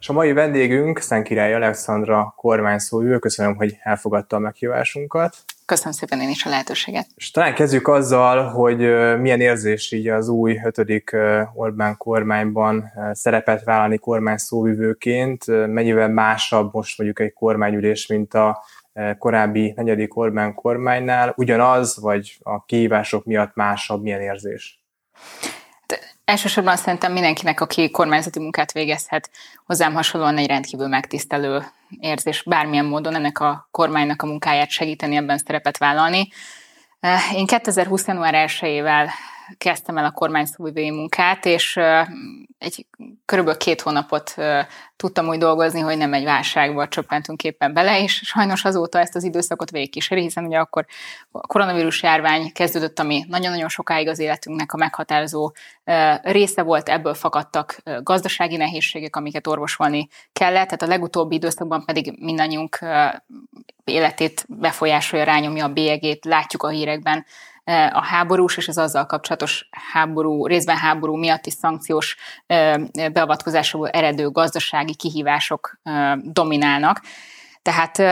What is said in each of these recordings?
És a mai vendégünk Szenkirály Alexandra kormányszóvivő. Köszönöm, hogy elfogadta a meghívásunkat. Köszönöm szépen én is a lehetőséget. És talán kezdjük azzal, hogy milyen érzés így az új 5. Orbán kormányban szerepet vállalni kormányszóvivőként. Mennyivel másabb most mondjuk egy kormányülés, mint a korábbi 4. Orbán kormánynál? Ugyanaz, vagy a kihívások miatt másabb? Milyen érzés? Elsősorban szerintem mindenkinek, aki kormányzati munkát végezhet, hozzám hasonlóan egy rendkívül megtisztelő érzés bármilyen módon ennek a kormánynak a munkáját segíteni, ebben szerepet vállalni. Én 2020. január 1-ével kezdtem el a kormányszóvivői munkát, és körülbelül 2 hónapot tudtam úgy dolgozni, hogy nem egy válságba csöppentünk éppen bele, és sajnos azóta ezt az időszakot végigkíséri, hiszen ugye akkor a koronavírus járvány kezdődött, ami nagyon-nagyon sokáig az életünknek a meghatározó része volt, ebből fakadtak gazdasági nehézségek, amiket orvosolni kellett, tehát a legutóbbi időszakban pedig mindannyiunk életét befolyásolja, rányomja a bélyegét, látjuk a hírekben, a háborús és az azzal kapcsolatos részben háború miatti szankciós beavatkozásokból eredő gazdasági kihívások dominálnak. Tehát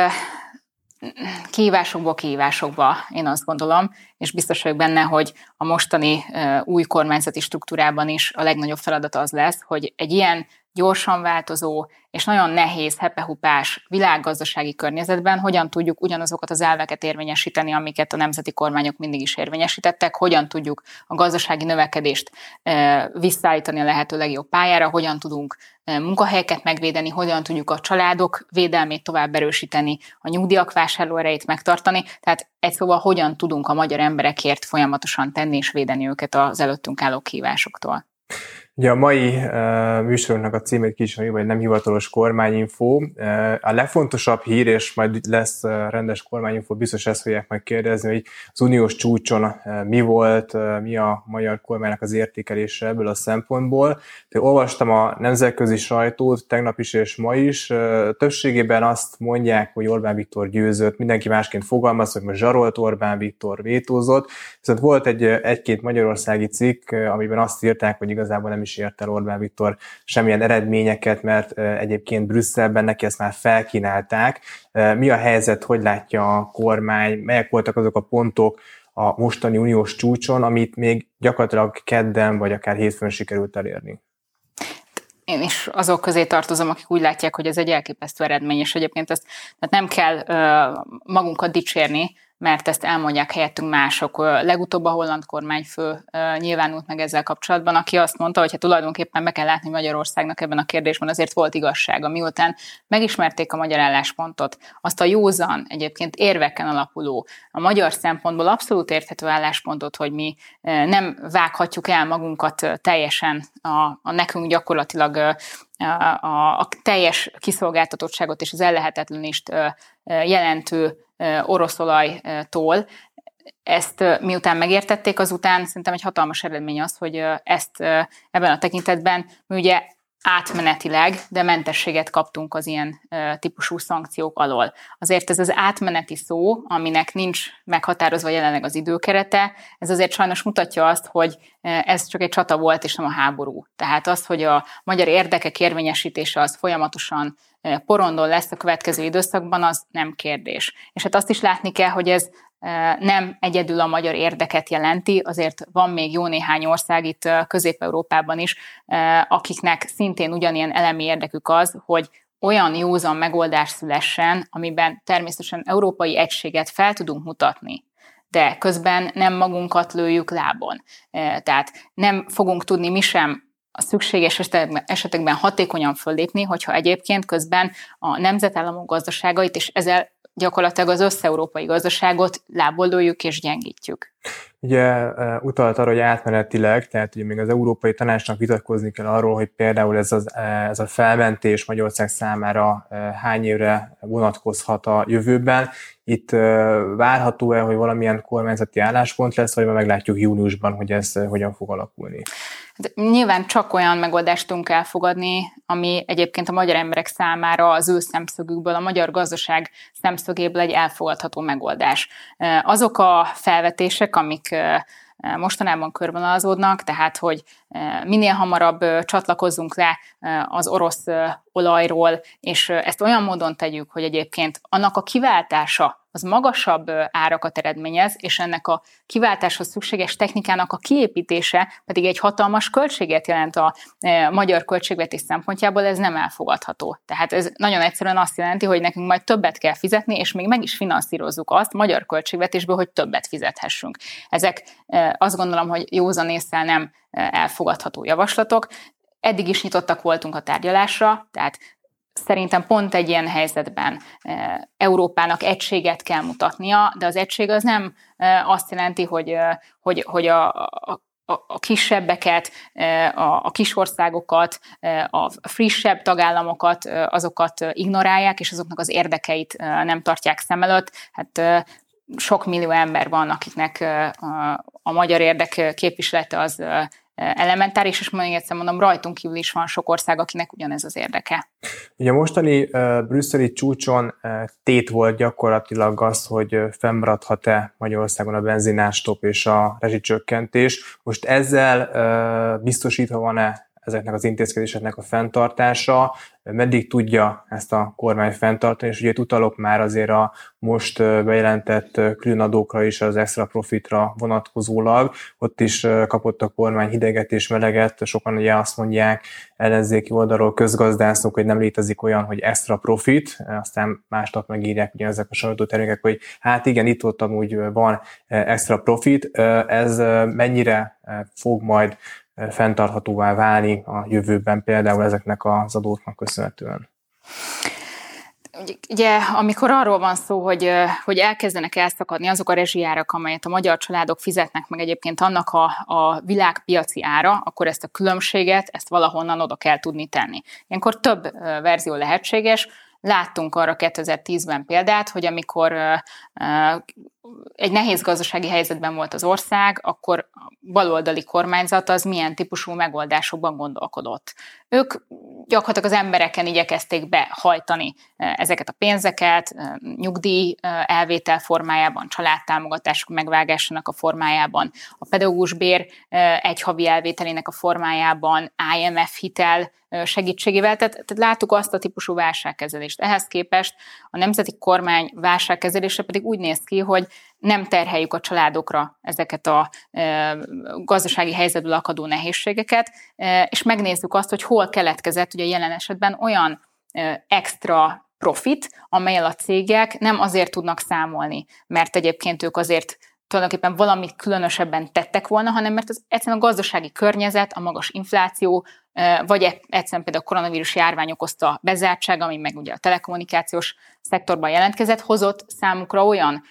kihívásokba én azt gondolom, és biztos vagyok benne, hogy a mostani új kormányzati struktúrában is a legnagyobb feladat az lesz, hogy egy ilyen gyorsan változó és nagyon nehéz, hepehupás világgazdasági környezetben hogyan tudjuk ugyanazokat az elveket érvényesíteni, amiket a nemzeti kormányok mindig is érvényesítettek, hogyan tudjuk a gazdasági növekedést visszaállítani a lehető legjobb pályára, hogyan tudunk munkahelyeket megvédeni, hogyan tudjuk a családok védelmét tovább erősíteni, a nyugdíjak vásárlóerejét megtartani, tehát egy szóval hogyan tudunk a magyar emberekért folyamatosan tenni és védeni őket az előttünk álló kihívásoktól. Ugye a mai műsorunknak a címét kicsit, vagy nem hivatalos kormányinfó. A legfontosabb hír, és majd lesz rendes kormányinfó, biztos ezt fogják majd kérdezni, hogy az uniós csúcson mi volt, mi a magyar kormánynak az értékelése ebből a szempontból. De olvastam a nemzetközi sajtót tegnap is és ma is. Többségében azt mondják, hogy Orbán Viktor győzött, mindenki másként fogalmaz, hogy most zsarolt Orbán Viktor, vétózott. Viszont volt egy-két magyarországi cikk, amiben azt írták, hogy igazából nem is ért el Orbán Viktor semmilyen eredményeket, mert egyébként Brüsszelben neki ezt már felkínálták. Mi a helyzet, hogy látja a kormány, melyek voltak azok a pontok a mostani uniós csúcson, amit még gyakorlatilag kedden vagy akár hétfőn sikerült elérni? Én is azok közé tartozom, akik úgy látják, hogy ez egy elképesztő eredmény, és egyébként ezt tehát nem kell magunkat dicsérni, mert ezt elmondják helyettünk mások. Legutóbb a holland kormányfő nyilvánult meg ezzel kapcsolatban, aki azt mondta, hogy tulajdonképpen be kell látni Magyarországnak ebben a kérdésben azért volt igazsága. Miután megismerték a magyar álláspontot, azt a józan, egyébként érveken alapuló, a magyar szempontból abszolút érthető álláspontot, hogy mi nem vághatjuk el magunkat teljesen a nekünk gyakorlatilag a teljes kiszolgáltatottságot és az ellehetetlenést jelentő oroszolajtól. Ezt miután megértették, azután szerintem egy hatalmas eredmény az, hogy ezt ebben a tekintetben mi ugye átmenetileg, de mentességet kaptunk az ilyen típusú szankciók alól. Azért ez az átmeneti szó, aminek nincs meghatározva jelenleg az időkerete, ez azért sajnos mutatja azt, hogy ez csak egy csata volt, és nem a háború. Tehát az, hogy a magyar érdekek érvényesítése az folyamatosan porondon lesz a következő időszakban, az nem kérdés. És hát azt is látni kell, hogy ez nem egyedül a magyar érdeket jelenti, azért van még jó néhány ország itt Közép-Európában is, akiknek szintén ugyanilyen elemi érdekük az, hogy olyan józan megoldás szülessen, amiben természetesen európai egységet fel tudunk mutatni, de közben nem magunkat lőjük lábon. Tehát nem fogunk tudni mi sem a szükséges esetekben hatékonyan föllépni, hogyha egyébként közben a nemzetállamok gazdaságait és ezzel gyakorlatilag az összeurópai gazdaságot láboldoljuk és gyengítjük. Ugye utalt arra, hogy átmenetileg, tehát ugye még az Európai Tanácsnak vitatkozni kell arról, hogy például ez a felmentés Magyarország számára hány évre vonatkozhat a jövőben. Itt várható-e, hogy valamilyen kormányzati álláspont lesz, vagy meglátjuk júniusban, hogy ez hogyan fog alakulni? De nyilván csak olyan megoldást tudunk elfogadni, ami egyébként a magyar emberek számára az ő szemszögükből, a magyar gazdaság szemszögéből egy elfogadható megoldás. Azok a felvetések, amik mostanában körvonalazódnak, tehát hogy minél hamarabb csatlakozzunk le az orosz olajról, és ezt olyan módon tegyük, hogy egyébként annak a kiváltása az magasabb árakat eredményez, és ennek a kiváltáshoz szükséges technikának a kiépítése pedig egy hatalmas költséget jelent a magyar költségvetés szempontjából, ez nem elfogadható. Tehát ez nagyon egyszerűen azt jelenti, hogy nekünk majd többet kell fizetni, és még meg is finanszírozzuk azt magyar költségvetésből, hogy többet fizethessünk. Ezek azt gondolom, hogy józan ésszel nem elfogadható javaslatok. Eddig is nyitottak voltunk a tárgyalásra, tehát szerintem pont egy ilyen helyzetben Európának egységet kell mutatnia, de az egység az nem azt jelenti, hogy a kisebbeket, a kisországokat, a frissebb tagállamokat, azokat ignorálják, és azoknak az érdekeit nem tartják szem előtt. Hát sok millió ember van, akiknek a magyar érdek képviselete az elementáris, és még egyszer mondom, rajtunk kívül is van sok ország, akinek ugyanez az érdeke. Ugye a mostani brüsszeli csúcson tét volt gyakorlatilag az, hogy fennmaradhat-e Magyarországon a benzinástop és a rezsicsökkentés. Most ezzel biztosítva van-e ezeknek az intézkedéseknek a fenntartása, meddig tudja ezt a kormány fenntartani, és ugye itt utalok már azért a most bejelentett különadókra is, az extra profitra vonatkozólag, ott is kapott a kormány hideget és meleget, sokan ugye azt mondják ellenzéki oldalról közgazdászok, hogy nem létezik olyan, hogy extra profit, aztán másnap megírják ugye ezek a sajtótermékek, hogy hát igen, itt-ott amúgy van extra profit, ez mennyire fog majd fenntarthatóvá válni a jövőben például ezeknek az adóknak köszönhetően? Ugye, amikor arról van szó, hogy elkezdenek elszakadni azok a rezsijárak, amelyet a magyar családok fizetnek meg egyébként annak a világpiaci ára, akkor ezt a különbséget, ezt valahonnan oda kell tudni tenni. Ilyenkor több verzió lehetséges. Láttunk arra 2010-ben példát, hogy amikor egy nehéz gazdasági helyzetben volt az ország, akkor a baloldali kormányzat az milyen típusú megoldásokban gondolkodott. Ők gyakorlatilag az embereken igyekezték behajtani ezeket a pénzeket, nyugdíj elvétel formájában, családtámogatások megvágásának a formájában, a pedagógus bér egy havi elvételének a formájában, IMF hitel segítségével, tehát láttuk azt a típusú válságkezelést. Ehhez képest a nemzeti kormány válságkezelése pedig úgy néz ki, hogy nem terheljük a családokra ezeket a gazdasági helyzetből akadó nehézségeket, és megnézzük azt, hogy hol keletkezett ugye jelen esetben olyan extra profit, amellyel a cégek nem azért tudnak számolni, mert egyébként ők azért tulajdonképpen valamit különösebben tettek volna, hanem mert az egyszerűen a gazdasági környezet, a magas infláció, vagy egyszerűen például a koronavírus járvány okozta bezártság, ami meg ugye a telekommunikációs szektorban jelentkezett, hozott számukra olyan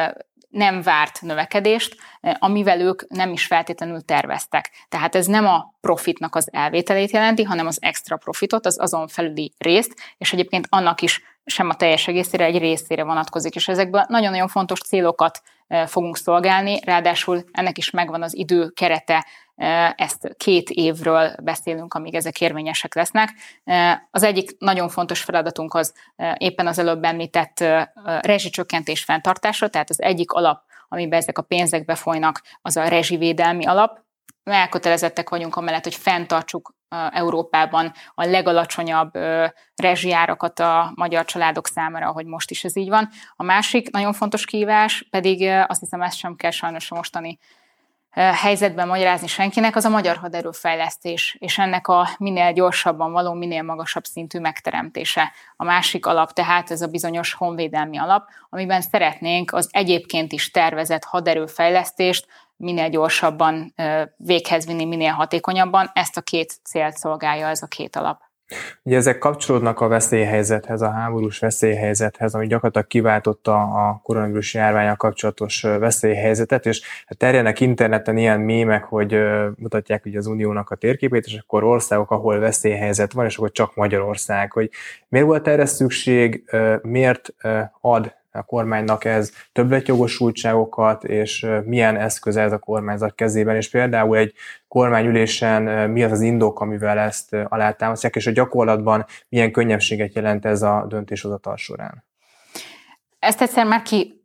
nem várt növekedést, amivel ők nem is feltétlenül terveztek. Tehát ez nem a profitnak az elvételét jelenti, hanem az extra profitot, az azon felüli részt, és egyébként annak is sem a teljes egészére, egy részére vonatkozik, és ezekből nagyon-nagyon fontos célokat fogunk szolgálni, ráadásul ennek is megvan az idő kerete, ezt 2 évről beszélünk, amíg ezek érvényesek lesznek. Az egyik nagyon fontos feladatunk az éppen az előbb említett rezsicsökkentés fenntartása, tehát az egyik alap, amiben ezek a pénzek befolynak, az a rezsivédelmi alap. Elkötelezettek vagyunk amellett, hogy fenntartsuk Európában a legalacsonyabb rezsijárakat a magyar családok számára, ahogy most is ez így van. A másik nagyon fontos kihívás pedig, azt hiszem, ezt sem kell sajnos a mostani helyzetben magyarázni senkinek, az a magyar haderőfejlesztés, és ennek a minél gyorsabban való, minél magasabb szintű megteremtése. A másik alap tehát ez a bizonyos honvédelmi alap, amiben szeretnénk az egyébként is tervezett haderőfejlesztést minél gyorsabban véghez vinni, minél hatékonyabban. Ezt a 2 célt szolgálja ez a 2 alap. Ugye ezek kapcsolódnak a veszélyhelyzethez, a háborús veszélyhelyzethez, ami gyakorlatilag kiváltotta a koronavírus járvánnyal kapcsolatos veszélyhelyzetet, és terjednek interneten ilyen mémek, hogy mutatják ugye az uniónak a térképét, és akkor országok, ahol veszélyhelyzet van, és akkor csak Magyarország. Hogy miért volt erre szükség, miért ad a kormánynak ez többletjogosultságokat, és milyen eszköz ez a kormányzat kezében, és például egy kormányülésen mi az az indok, amivel ezt alátámasztják, és a gyakorlatban milyen könnyebbséget jelent ez a döntéshozatal során? Ezt egyszer már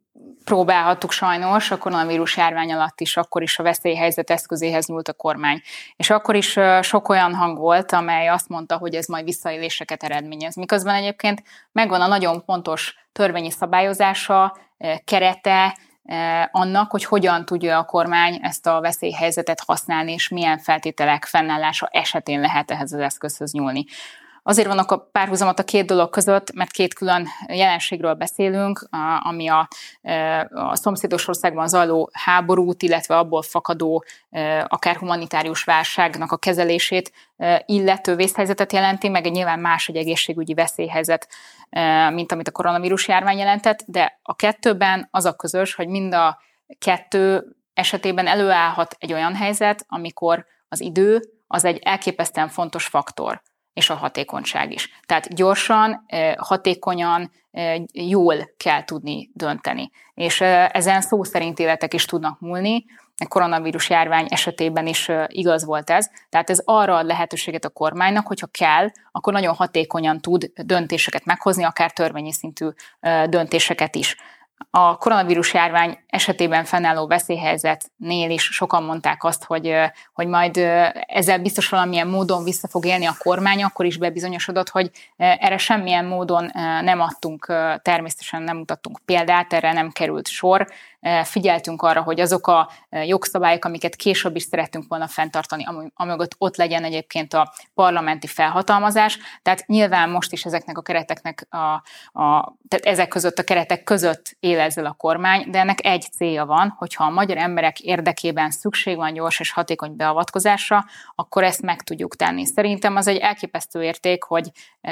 próbálhattuk sajnos, a koronavírus járvány alatt is, akkor is a veszélyhelyzet eszközéhez nyúlt a kormány. És akkor is sok olyan hang volt, amely azt mondta, hogy ez majd visszaéléseket eredményez. Miközben egyébként megvan a nagyon pontos törvényi szabályozása, kerete annak, hogy hogyan tudja a kormány ezt a veszélyhelyzetet használni, és milyen feltételek fennállása esetén lehet ehhez az eszközhöz nyúlni. Azért vannak a párhuzamot a két dolog között, mert két külön jelenségről beszélünk, ami a szomszédos országban zajló háborút, illetve abból fakadó akár humanitárius válságnak a kezelését illető vészhelyzetet jelenti, meg nyilván más egy egészségügyi veszélyhelyzet, mint amit a koronavírus járvány jelentett, de a kettőben az a közös, hogy mind a kettő esetében előállhat egy olyan helyzet, amikor az idő az egy elképesztően fontos faktor, és a hatékonyság is. Tehát gyorsan, hatékonyan, jól kell tudni dönteni. És ezen szó szerint életek is tudnak múlni. A koronavírus járvány esetében is igaz volt ez. Tehát ez arra ad lehetőséget a kormánynak, hogyha kell, akkor nagyon hatékonyan tud döntéseket meghozni, akár törvényi szintű döntéseket is. A koronavírus járvány esetében fennálló veszélyhelyzetnél is sokan mondták azt, hogy majd ezzel biztos valamilyen módon vissza fog élni a kormány, akkor is bebizonyosodott, hogy erre semmilyen módon nem adtunk, természetesen nem mutattunk példát, erre nem került sor. Figyeltünk arra, hogy azok a jogszabályok, amiket később is szerettünk volna fenntartani, amögött ott legyen egyébként a parlamenti felhatalmazás. Tehát nyilván most is ezeknek a kereteknek, tehát ezek között a keretek között él ezzel a kormány, de ennek egy célja van, hogyha a magyar emberek érdekében szükség van gyors és hatékony beavatkozásra, akkor ezt meg tudjuk tenni. Szerintem az egy elképesztő érték, hogy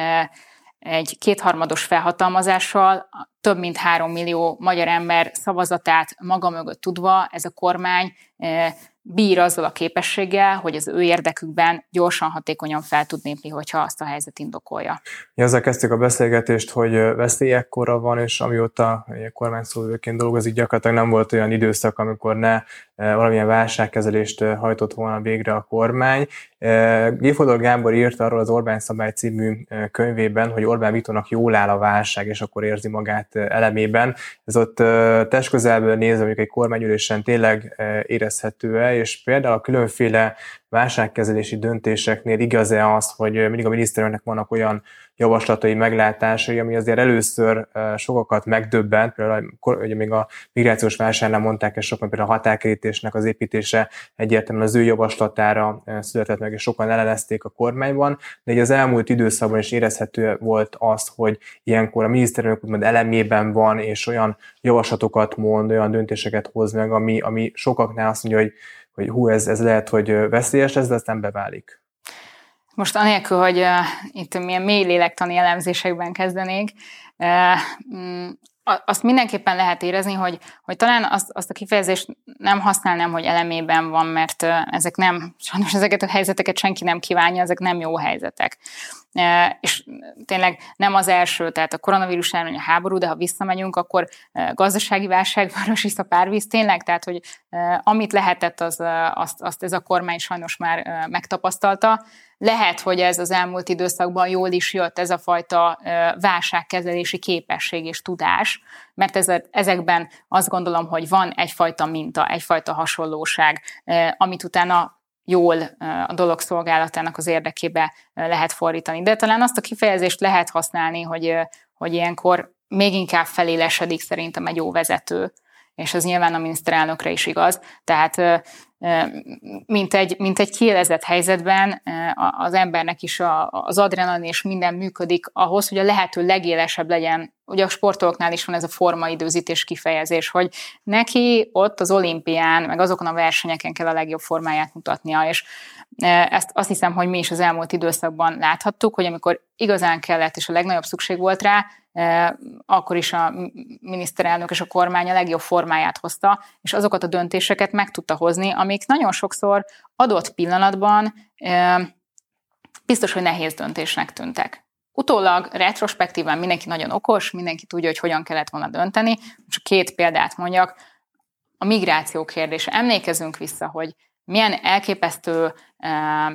egy kétharmados felhatalmazással több mint 3 millió magyar ember szavazatát maga mögött tudva ez a kormány bír azzal a képességgel, hogy az ő érdekükben gyorsan, hatékonyan fel tud lépni, hogyha azt a helyzet indokolja. Ezzel kezdtük a beszélgetést, hogy veszély ekkora van, és amióta kormányszóvivőként dolgozik, gyakorlatilag nem volt olyan időszak, amikor ne valamilyen válságkezelést hajtott volna végre a kormány. G. Fodor Gábor írt arról az Orbán szabály című könyvében, hogy Orbán Viktornak jól áll a válság, és akkor érzi magát elemében. Ez ott testközelből nézve, mondjuk egy kormányülésen tényleg érezhető-e, és például a különféle válságkezelési döntéseknél igaz-e az, hogy mindig a miniszterelnöknek vannak olyan javaslatai, meglátásai, ami azért először sokakat megdöbbent, például ugye még a migrációs válságnál mondták, és sokan például a határkerítésnek az építése egyértelműen az ő javaslatára született meg, és sokan ellenezték a kormányban, de így az elmúlt időszakban is érezhető volt az, hogy ilyenkor a miniszterelnök úgymond elemében van, és olyan javaslatokat mond, olyan döntéseket hoz meg, ami sokaknál azt mondja, hogy hú, ez lehet, hogy veszélyes lesz, de aztán beválik. Most anélkül, hogy itt milyen mély lélektani elemzésekben kezdenék, azt mindenképpen lehet érezni, hogy talán azt a kifejezést nem használnám, hogy elemében van, mert sajnos ezeket a helyzeteket senki nem kívánja, ezek nem jó helyzetek. És tényleg nem az első, tehát a koronavírus járvány, a háború, de ha visszamegyünk, akkor gazdasági válság, vörös a párvíz, tényleg, tehát hogy amit lehetett, azt ez a kormány sajnos már megtapasztalta. Lehet, hogy ez az elmúlt időszakban jól is jött ez a fajta válságkezelési képesség és tudás, mert ezekben azt gondolom, hogy van egyfajta minta, egyfajta hasonlóság, amit utána jól a dolog szolgálatának az érdekébe lehet fordítani. De talán azt a kifejezést lehet használni, hogy ilyenkor még inkább felélesedik szerintem egy jó vezető, és ez nyilván a miniszterelnökre is igaz. Tehát mint egy kiélezett helyzetben az embernek is az adrenalin és minden működik ahhoz, hogy a lehető legélesebb legyen. Ugye a sportolóknál is van ez a formaidőzítés kifejezés, hogy neki ott az olimpián, meg azokon a versenyeken kell a legjobb formáját mutatnia, és ezt azt hiszem, hogy mi is az elmúlt időszakban láthattuk, hogy amikor igazán kellett és a legnagyobb szükség volt rá, akkor is a miniszterelnök és a kormány a legjobb formáját hozta, és azokat a döntéseket meg tudta hozni, amik nagyon sokszor adott pillanatban biztos, hogy nehéz döntésnek tűntek. Utólag, retrospektíven mindenki nagyon okos, mindenki tudja, hogy hogyan kellett volna dönteni. Csak 2 példát mondjak. A migráció kérdése. Emlékezzünk vissza, hogy milyen elképesztő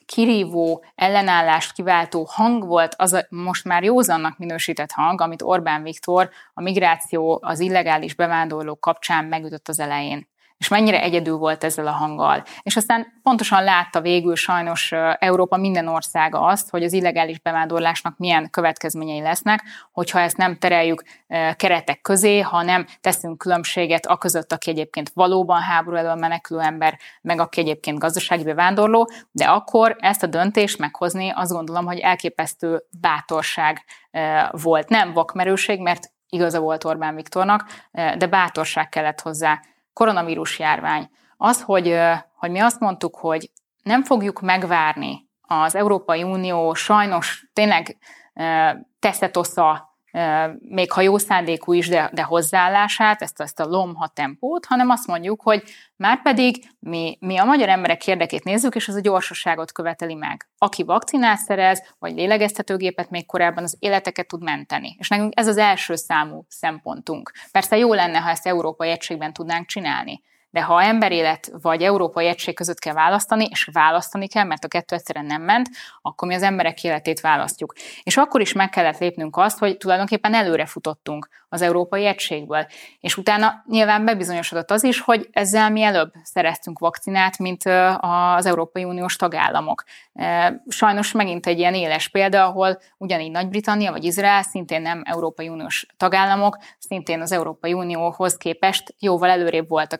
kirívó, ellenállást kiváltó hang volt az a most már józannak minősített hang, amit Orbán Viktor a migráció, az illegális bevándorlók kapcsán megütött az elején. És mennyire egyedül volt ezzel a hanggal. És aztán pontosan látta végül sajnos Európa minden országa azt, hogy az illegális bevándorlásnak milyen következményei lesznek, hogyha ezt nem tereljük keretek közé, ha nem teszünk különbséget aközött, aki egyébként valóban háború elől menekülő ember, meg aki egyébként gazdasági bevándorló, de akkor ezt a döntést meghozni azt gondolom, hogy elképesztő bátorság volt. Nem vakmerőség, mert igaza volt Orbán Viktornak, de bátorság kellett hozzá. Koronavírus járvány. Az, hogy mi azt mondtuk, hogy nem fogjuk megvárni az Európai Unió sajnos tényleg teszetosza, még ha jó szándékú is, de hozzáállását, ezt a lomha tempót, hanem azt mondjuk, hogy márpedig mi a magyar emberek érdekét nézzük, és az a gyorsaságot követeli meg. Aki vakcinát szerez, vagy lélegeztetőgépet még korábban, az életeket tud menteni. És nekünk ez az első számú szempontunk. Persze jó lenne, ha ezt európai egységben tudnánk csinálni. De ha emberélet vagy európai egység között kell választani, és választani kell, mert a kettő egyszerűen nem ment, akkor mi az emberek életét választjuk. És akkor is meg kellett lépnünk azt, hogy tulajdonképpen előre futottunk az európai egységből. És utána nyilván bebizonyosodott az is, hogy ezzel mi előbb szereztünk vakcinát, mint az Európai Uniós tagállamok. Sajnos megint egy ilyen éles példa, ahol ugyanígy Nagy-Britannia vagy Izrael, szintén nem Európai Uniós tagállamok, szintén az Európai Unióhoz képest jóval előrébb voltak.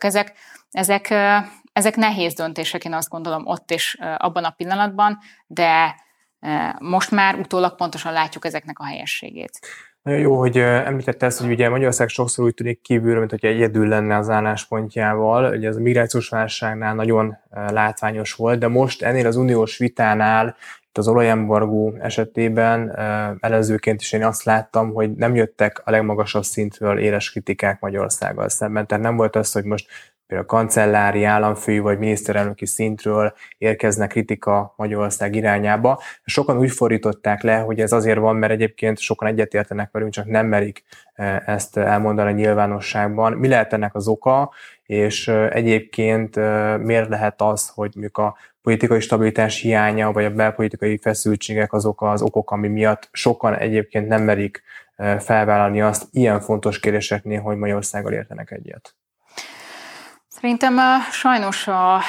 Ezek nehéz döntések, én azt gondolom ott és abban a pillanatban, de most már utólag pontosan látjuk ezeknek a helyességét. Nagyon jó, hogy említette ezt, hogy ugye Magyarország sokszor úgy tűnik kívülről, mint hogyha egyedül lenne az álláspontjával. Ugye ez a migrációs válságnál nagyon látványos volt, de most ennél az uniós vitánál, itt az olajembargó esetében ellenzőként is én azt láttam, hogy nem jöttek a legmagasabb szintről éles kritikák Magyarországgal szemben. Tehát nem volt az, hogy most például a kancellári, államfői vagy miniszterelnöki szintről érkezne kritika Magyarország irányába. Sokan úgy fordították le, hogy ez azért van, mert egyébként sokan egyetértenek velünk, csak nem merik ezt elmondani a nyilvánosságban. Mi lehet ennek az oka, és egyébként miért lehet az, hogy mondjuk a politikai stabilitás hiánya, vagy a belpolitikai feszültségek azok az okok, ami miatt sokan egyébként nem merik felvállalni azt ilyen fontos kérdéseknél, hogy Magyarországgal értenek egyet? Szerintem sajnos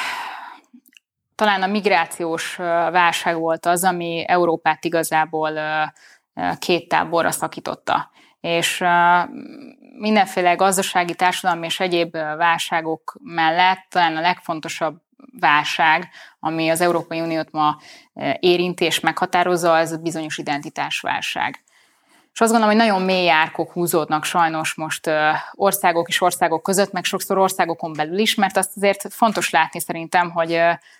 talán a migrációs válság volt az, ami Európát igazából két táborra szakította. És mindenféle gazdasági, társadalmi és egyéb válságok mellett talán a legfontosabb válság, ami az Európai Uniót ma érinti és meghatározza, ez a bizonyos identitásválság. És azt gondolom, hogy nagyon mély árkok húzódnak sajnos most országok és országok között, meg sokszor országokon belül is, mert azt azért fontos látni szerintem, hogy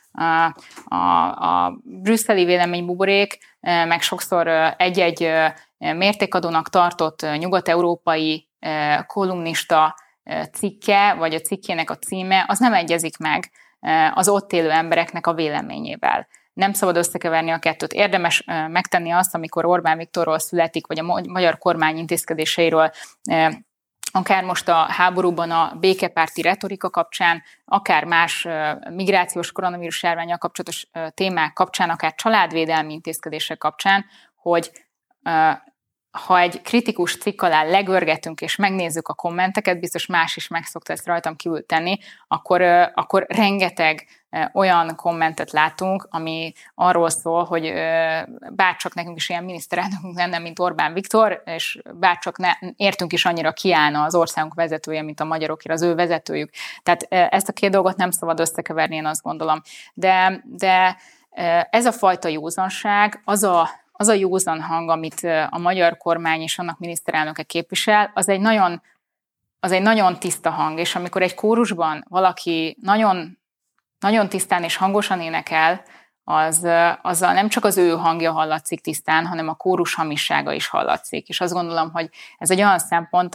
a brüsszeli véleménybuborék, meg sokszor egy-egy mértékadónak tartott nyugat-európai kolumnista cikke, vagy a cikkének a címe, az nem egyezik meg az ott élő embereknek a véleményével. Nem szabad összekeverni a kettőt. Érdemes megtenni azt, amikor Orbán Viktorról születik, vagy a magyar kormány intézkedéseiről, akár most a háborúban a békepárti retorika kapcsán, akár más migrációs koronavírus járvánnyal kapcsolatos témák kapcsán, akár családvédelmi intézkedések kapcsán, hogy ha egy kritikus cikk alá legörgetünk és megnézzük a kommenteket, biztos más is meg szokta ezt rajtam kívül tenni, akkor rengeteg olyan kommentet látunk, ami arról szól, hogy bárcsak nekünk is ilyen miniszterelnökünk lenne, mint Orbán Viktor, és bárcsak értünk is annyira kiállna az országunk vezetője, mint a magyarokért az ő vezetőjük. Tehát ezt a két dolgot nem szabad összekeverni, én azt gondolom. De ez a fajta józanság, az a józan hang, amit a magyar kormány és annak miniszterelnöke képvisel, az egy nagyon tiszta hang, és amikor egy kórusban valaki nagyon, nagyon tisztán és hangosan énekel, azzal nem csak az ő hangja hallatszik tisztán, hanem a kórus hamissága is hallatszik. És azt gondolom, hogy ez egy olyan szempont,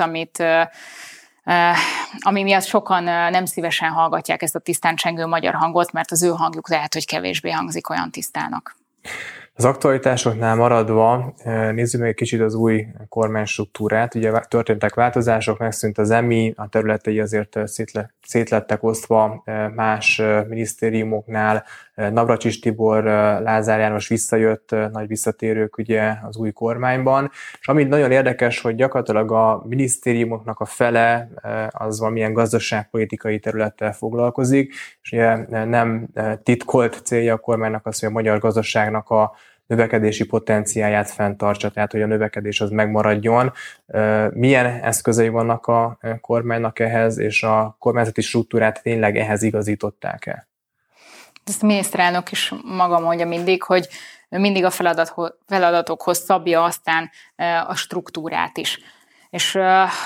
ami miatt sokan nem szívesen hallgatják ezt a tisztán csengő magyar hangot, mert az ő hangjuk lehet, hogy kevésbé hangzik olyan tisztának. Az aktualitásoknál maradva nézzük meg egy kicsit az új kormánystruktúrát. Ugye történtek változások, megszűnt az EMI, a területei azért szétlettek osztva más minisztériumoknál. Navracsics Tibor, Lázár János visszajött, nagy visszatérők ugye az új kormányban. És ami nagyon érdekes, hogy gyakorlatilag a minisztériumoknak a fele az valamilyen gazdaságpolitikai területtel foglalkozik, és ugye nem titkolt célja a kormánynak az, hogy a magyar gazdaságnak a növekedési potenciáját fenntartsa, tehát hogy a növekedés az megmaradjon. Milyen eszközei vannak a kormánynak ehhez, és a kormányzati struktúrát tényleg ehhez igazították-e? Ezt a miniszterelnök is maga mondja mindig, hogy mindig a feladatokhoz szabja aztán a struktúrát is. És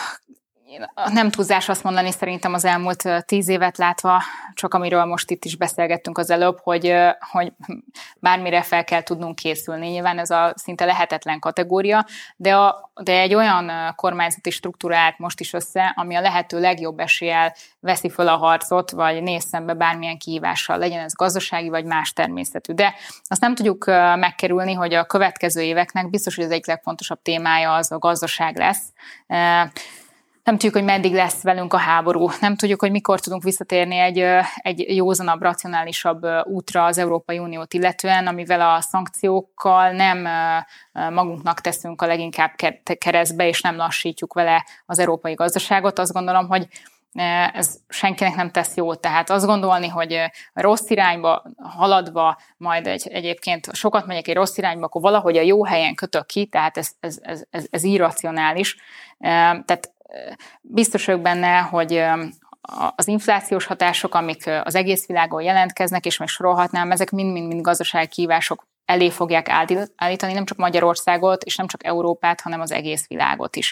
nem túlzás azt mondani szerintem az elmúlt 10 évet látva, csak amiről most itt is beszélgettünk az előbb, hogy bármire fel kell tudnunk készülni. Nyilván ez a szinte lehetetlen kategória, de egy olyan kormányzati struktúrát most is össze, ami a lehető legjobb eséllyel veszi föl a harcot, vagy néz szembe bármilyen kihívással, legyen ez gazdasági vagy más természetű. De azt nem tudjuk megkerülni, hogy a következő éveknek biztos, hogy az egyik legfontosabb témája az a gazdaság lesz. Nem tudjuk, hogy meddig lesz velünk a háború. Nem tudjuk, hogy mikor tudunk visszatérni egy józanabb, racionálisabb útra az Európai Uniót illetően, amivel a szankciókkal nem magunknak teszünk a leginkább keresztbe, és nem lassítjuk vele az európai gazdaságot. Azt gondolom, hogy ez senkinek nem tesz jót. Tehát azt gondolni, hogy rossz irányba haladva, majd egyébként sokat megyek egy rossz irányba, akkor valahogy a jó helyen kötök ki, tehát ez irracionális. Tehát biztos vagyok benne, hogy az inflációs hatások, amik az egész világon jelentkeznek, és még sorolhatnám, ezek mind gazdasági kihívások elé fogják állítani nem csak Magyarországot, és nem csak Európát, hanem az egész világot is.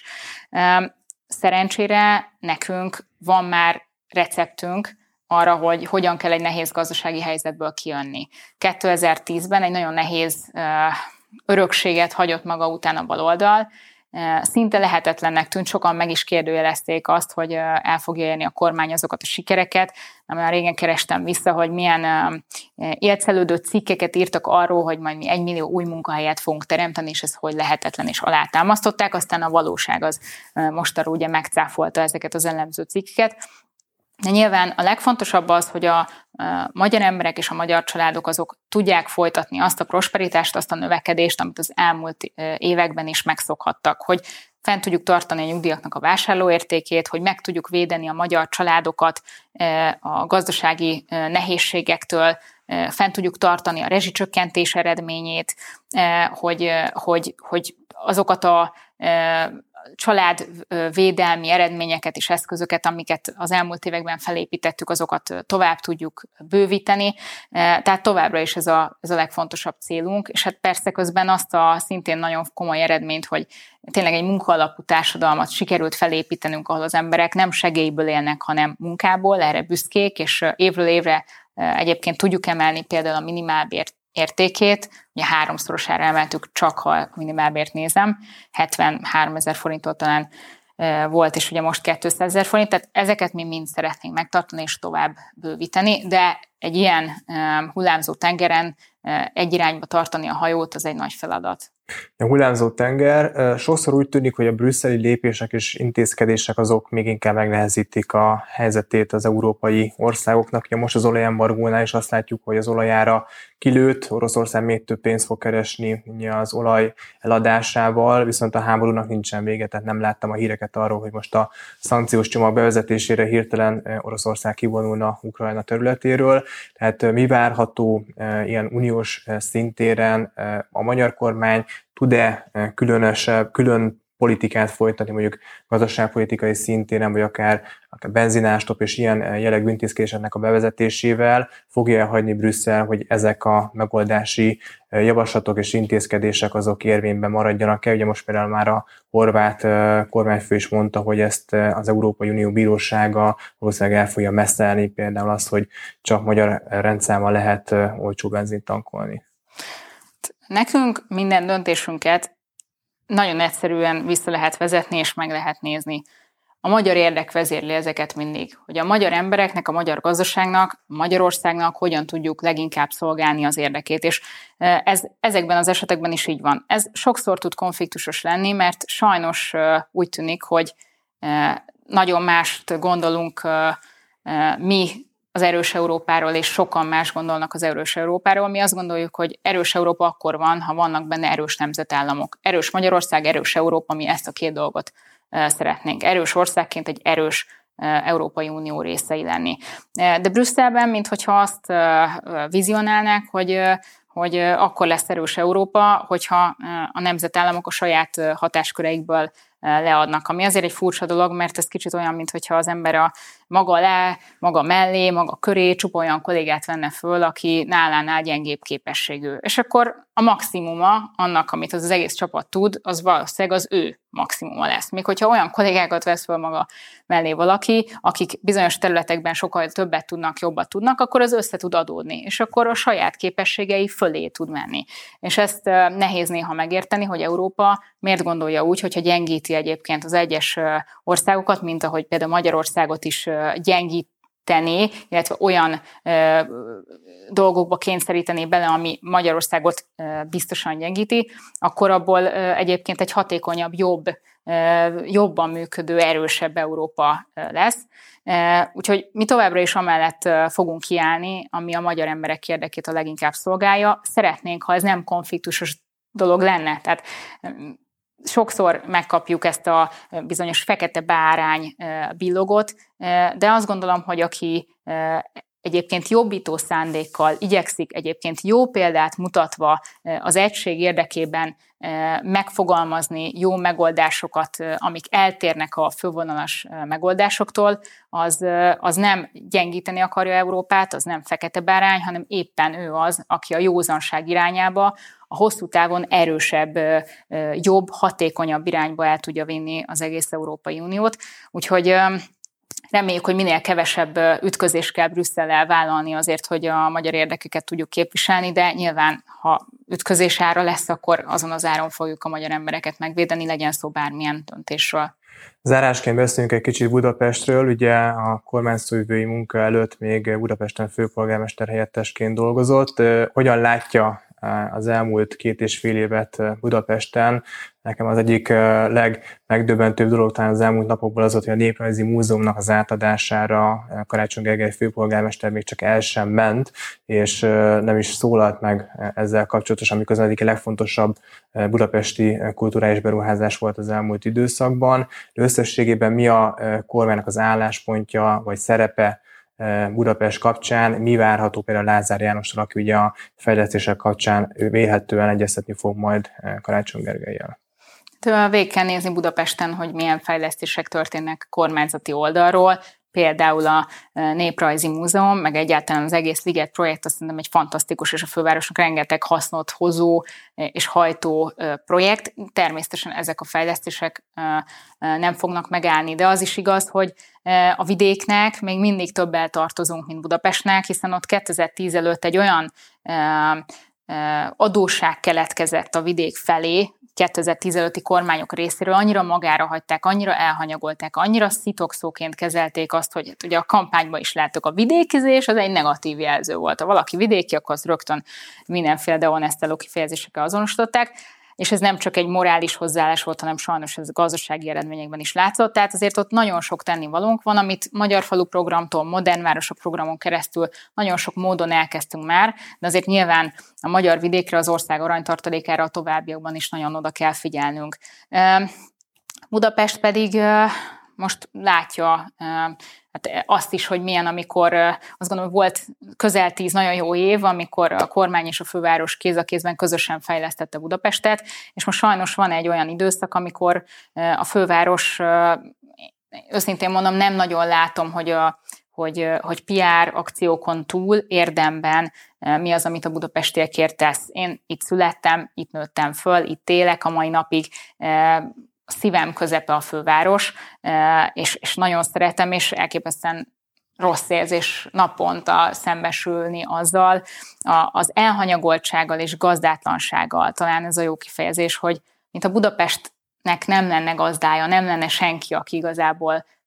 Szerencsére nekünk van már receptünk arra, hogy hogyan kell egy nehéz gazdasági helyzetből kijönni. 2010-ben egy nagyon nehéz örökséget hagyott maga után a baloldal, szinte lehetetlennek tűnt, sokan meg is kérdőjelezték azt, hogy el fogja érni a kormány azokat a sikereket. Nem olyan régen kerestem vissza, hogy milyen élcelődő cikkeket írtak arról, hogy majd mi 1 millió új munkahelyet fogunk teremteni, és ez hogy lehetetlen, és alátámasztották. Aztán a valóság az mostanra ugye megcáfolta ezeket az ellenző cikkeket. De nyilván a legfontosabb az, hogy a magyar emberek és a magyar családok azok tudják folytatni azt a prosperitást, azt a növekedést, amit az elmúlt években is megszokhattak, hogy fent tudjuk tartani a nyugdíjaknak a vásárlóértékét, hogy meg tudjuk védeni a magyar családokat a gazdasági nehézségektől, fent tudjuk tartani a rezsicsökkentés eredményét, hogy azokat a családvédelmi eredményeket és eszközöket, amiket az elmúlt években felépítettük, azokat tovább tudjuk bővíteni. Tehát továbbra is ez a legfontosabb célunk, és hát persze közben azt a szintén nagyon komoly eredményt, hogy tényleg egy munkaalapú társadalmat sikerült felépítenünk, ahol az emberek nem segélyből élnek, hanem munkából, erre büszkék, és évről évre egyébként tudjuk emelni például a minimálbért értékét, ugye 3-szorosára emeltük, csak ha a minimálbért nézem, 73 000 forinttól talán volt, és ugye most 200 000 forint, tehát ezeket mi mind szeretnénk megtartani és tovább bővíteni, de egy ilyen hullámzó tengeren egy irányba tartani a hajót, az egy nagy feladat. A hullámzó tenger, sokszor úgy tűnik, hogy a brüsszeli lépések és intézkedések azok még inkább megnehezítik a helyzetét az európai országoknak. Ugye most az olajembargónál is azt látjuk, hogy az olajára kilőtt, Oroszország még több pénzt fog keresni az olaj eladásával, viszont a háborúnak nincsen vége, tehát nem láttam a híreket arról, hogy most a szankciós csomag bevezetésére hirtelen Oroszország kivonulna Ukrajna területéről. Tehát mi várható ilyen uniós szintéren, a magyar kormány tud-e külön politikát folytatni, mondjuk gazdaságpolitikai szintéren, vagy akár benzinástop és ilyen jellegű intézkedéseknek a bevezetésével fogja hagyni Brüsszel, hogy ezek a megoldási javaslatok és intézkedések azok érvényben maradjanak-e? Ugye most például már a horvát kormányfő is mondta, hogy ezt az Európai Unió bírósága valószínűleg el fogja messzelni, például azt, hogy csak magyar rendszámmal lehet olcsó benzint tankolni. Nekünk minden döntésünket nagyon egyszerűen vissza lehet vezetni és meg lehet nézni. a magyar érdek vezérli ezeket mindig, hogy a magyar embereknek, a magyar gazdaságnak, Magyarországnak hogyan tudjuk leginkább szolgálni az érdekét, és ezekben az esetekben is így van. Ez sokszor tud konfliktusos lenni, mert sajnos úgy tűnik, hogy nagyon mást gondolunk mi az erős Európáról, és sokan más gondolnak az erős Európáról. Mi azt gondoljuk, hogy erős Európa akkor van, ha vannak benne erős nemzetállamok. Erős Magyarország, erős Európa, mi ezt a két dolgot szeretnénk. Erős országként egy erős Európai Unió részei lenni. De Brüsszelben, minthogyha azt vizionálnák, hogy akkor lesz erős Európa, hogyha a nemzetállamok a saját hatásköreikből leadnak. Ami azért egy furcsa dolog, mert ez kicsit olyan, mintha az ember a maga mellé, maga köré csupa olyan kollégát venne föl, aki nálánál gyengébb képességű. És akkor a maximuma annak, amit az egész csapat tud, az valószínűleg az ő maximuma lesz. Még hogyha olyan kollégákat vesz föl maga mellé valaki, akik bizonyos területekben sokkal többet tudnak, jobbat tudnak, akkor az össze tud adódni, és akkor a saját képességei fölé tud menni. És ezt nehéz néha megérteni, hogy Európa miért gondolja úgy, hogyha gyengíti egyébként az egyes országokat, mint ahogy például Magyarországot is gyengíteni, illetve olyan dolgokba kényszeríteni bele, ami Magyarországot biztosan gyengíti, akkor abból egyébként egy hatékonyabb, jobban működő, erősebb Európa lesz. Úgyhogy mi továbbra is amellett fogunk kiállni, ami a magyar emberek érdekét a leginkább szolgálja. Szeretnénk, ha ez nem konfliktusos dolog lenne. Tehát sokszor megkapjuk ezt a bizonyos fekete bárány billogot, de azt gondolom, hogy aki egyébként jobbító szándékkal igyekszik, egyébként jó példát mutatva az egység érdekében megfogalmazni jó megoldásokat, amik eltérnek a fővonalas megoldásoktól, az nem gyengíteni akarja Európát, az nem fekete bárány, hanem éppen ő az, aki a józanság irányába, a hosszú távon erősebb, jobb, hatékonyabb irányba el tudja vinni az egész Európai Uniót. Úgyhogy reméljük, hogy minél kevesebb ütközést kell Brüsszellel vállalni azért, hogy a magyar érdekeket tudjuk képviselni, de nyilván, ha ütközés ára lesz, akkor azon az áron fogjuk a magyar embereket megvédeni, legyen szó bármilyen döntésről. Zárásként beszéljünk egy kicsit Budapestről. Ugye a kormányzóvivői munka előtt még Budapesten főpolgármester helyettesként dolgozott. Hogyan látja az elmúlt 2,5 évet Budapesten? Nekem az egyik legmegdöbbentőbb dolog talán az elmúlt napokból az volt, hogy a Néprajzi Múzeumnak az átadására Karácsony Gergely főpolgármester még csak el sem ment, és nem is szólalt meg ezzel kapcsolatosan, amikor az egyik legfontosabb budapesti kulturális beruházás volt az elmúlt időszakban. De összességében mi a kormánynak az álláspontja vagy szerepe Budapest kapcsán, mi várható például Lázár Jánostól, aki ugye a fejlesztések kapcsán vélhetően egyeztetni fog majd Karácsony Gergellyel? Végig kell nézni Budapesten, hogy milyen fejlesztések történnek kormányzati oldalról, például a Néprajzi Múzeum, meg egyáltalán az egész Liget projekt, azt szerintem egy fantasztikus, és a fővárosnak rengeteg hasznot hozó és hajtó projekt. Természetesen ezek a fejlesztések nem fognak megállni, de az is igaz, hogy a vidéknek még mindig többel tartozunk, mint Budapestnek, hiszen ott 2010 előtt egy olyan adósság keletkezett a vidék felé, 2010 előtti kormányok részéről, annyira magára hagyták, annyira elhanyagolták, annyira szitokszóként kezelték azt, hogy hát ugye a kampányban is láttuk, a vidékizés, az egy negatív jelző volt. Ha valaki vidéki, akkor azt rögtön mindenféle dehonestáló kifejezésekkel azonosították, és ez nem csak egy morális hozzáállás volt, hanem sajnos ez a gazdasági eredményekben is látszott, tehát azért ott nagyon sok tennivalónk van, amit Magyar Falu programtól, Modern Városok programon keresztül nagyon sok módon elkezdtünk már, de azért nyilván a magyar vidékre, az ország aranytartalékára a továbbiakban is nagyon oda kell figyelnünk. Budapest pedig most látja azt is, hogy milyen, amikor azt gondolom, volt közel 10 nagyon jó év, amikor a kormány és a főváros kéz a kézben közösen fejlesztette Budapestet, és most sajnos van egy olyan időszak, amikor a főváros, őszintén mondom, nem nagyon látom, hogy PR akciókon túl érdemben mi az, amit a budapestiekért tesz. Én itt születtem, itt nőttem föl, itt élek a mai napig, a szívem közepe a főváros, és nagyon szeretem, és elképesztően rossz érzés naponta szembesülni azzal, az elhanyagoltsággal és gazdátlansággal, talán ez a jó kifejezés, hogy mint a Budapestnek nem lenne gazdája, nem lenne senki, aki igazából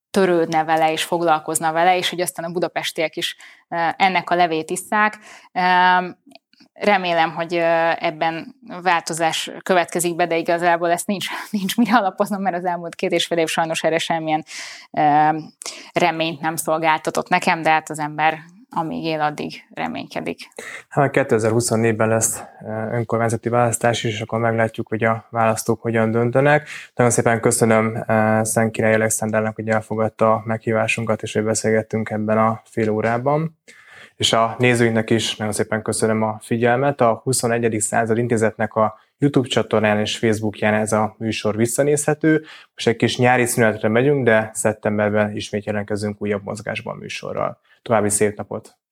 törődne vele és foglalkozna vele, és hogy aztán a budapestiek is ennek a levét isszák. Remélem, hogy ebben változás következik be, de igazából ezt nincs mire alapoznom, mert az elmúlt 2,5 év sajnos erre semmilyen reményt nem szolgáltatott nekem, de hát az ember amíg él, addig reménykedik. Hát 2024-ben lesz önkormányzati választás is, és akkor meglátjuk, hogy a választók hogyan döntenek. Nagyon szépen köszönöm Szenkirály Alexandernek, hogy elfogadta a meghívásunkat, és hogy beszélgettünk ebben a fél órában. És a nézőinknek is nagyon szépen köszönöm a figyelmet. A 21. század intézetnek a YouTube csatornán és Facebookján ez a műsor visszanézhető. Most egy kis nyári szünetre megyünk, de szeptemberben ismét jelentkezünk újabb Mozgásban műsorral. További szép napot!